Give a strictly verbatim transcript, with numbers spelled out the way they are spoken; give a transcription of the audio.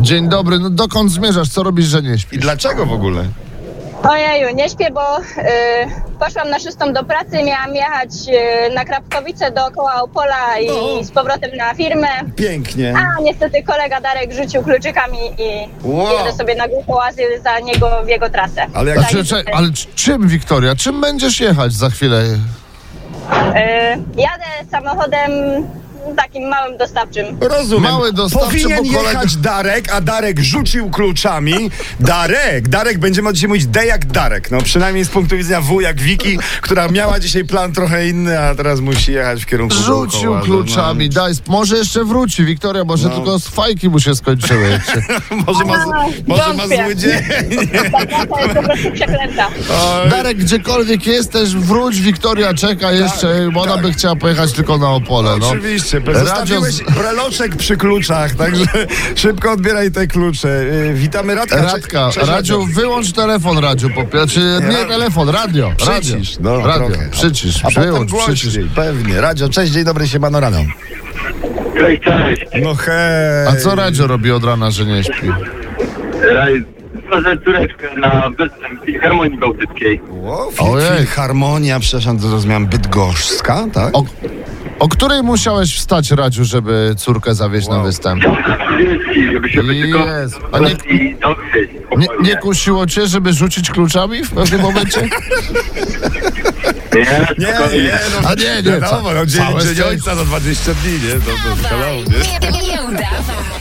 Dzień dobry, no dokąd zmierzasz? Co robisz, że nie I śpisz? dlaczego w ogóle? Ojeju, nie śpię, bo y, poszłam na szóstą do pracy, miałam jechać y, na Krapkowice dookoła Opola i No. z powrotem na firmę. Pięknie. A niestety kolega Darek rzucił kluczykami i Wow. jedę sobie na głuchą azyl za niego w jego trasę. Ale jak- A Tak, czy, czy, ale c- czym, Wiktoria? Czym będziesz jechać za chwilę? y, jadę samochodem takim małym dostawczym. Rozumiem. Mały dostawczy, Powinien bo kolega- jechać Darek, a Darek rzucił kluczami. Darek, Darek będzie mógł dzisiaj mówić D jak Darek. No przynajmniej z punktu widzenia W jak Wiki, która miała dzisiaj plan trochę inny, a teraz musi jechać w kierunku Rzucił dookoła. kluczami, daj, sp- może jeszcze wróci, Wiktoria, może No. tylko z fajki mu się skończyły. Może ma, z- A, może ma wątpię. zły dzień. Ta trasa jest po prostu przeklęta. Darek, gdziekolwiek jesteś, wróć, Wiktoria czeka jeszcze, bo ona tak. by chciała pojechać tylko na Opole, no. Oczywiście, Radio zostawiłeś z- breloczek przy kluczach, także szybko odbieraj te klucze. Yy, Witamy Radka. Radka, Cześć, Radziu, wyłącz telefon, Radziu, po pierwsze, nie, Nie, telefon, radio, radio, Przycisz, no, radio, trochę. przycisz, A potem wyłącz, przycisz. głośniej, pewnie. Radio, cześć, dzień dobry, siemano rano. Cześć, cześć. No hej. A co Radio robi od rana, że nie śpi? Raj, Proszę córeczkę na występ Filharmonii Bałtyckiej. O, Ojej. Filharmonia, przepraszam, to zrozumiałem, bydgoszczka, tak? O, o której musiałeś wstać, Radziu, żeby córkę zawieźć na Wow. występ? trzydzieści, żeby się wytykować Jezu. A nie- i dowieść. Nie, nie kusiło cię, żeby rzucić kluczami w pewnym momencie? Nie, Nie, spokojnie. nie, no, A nie, nie, wiadomo, ca- no, dzień, całe dzień szczęście. ojca za dwadzieścia dni, nie? To, to, hello, nie? Nie, nie udawaj.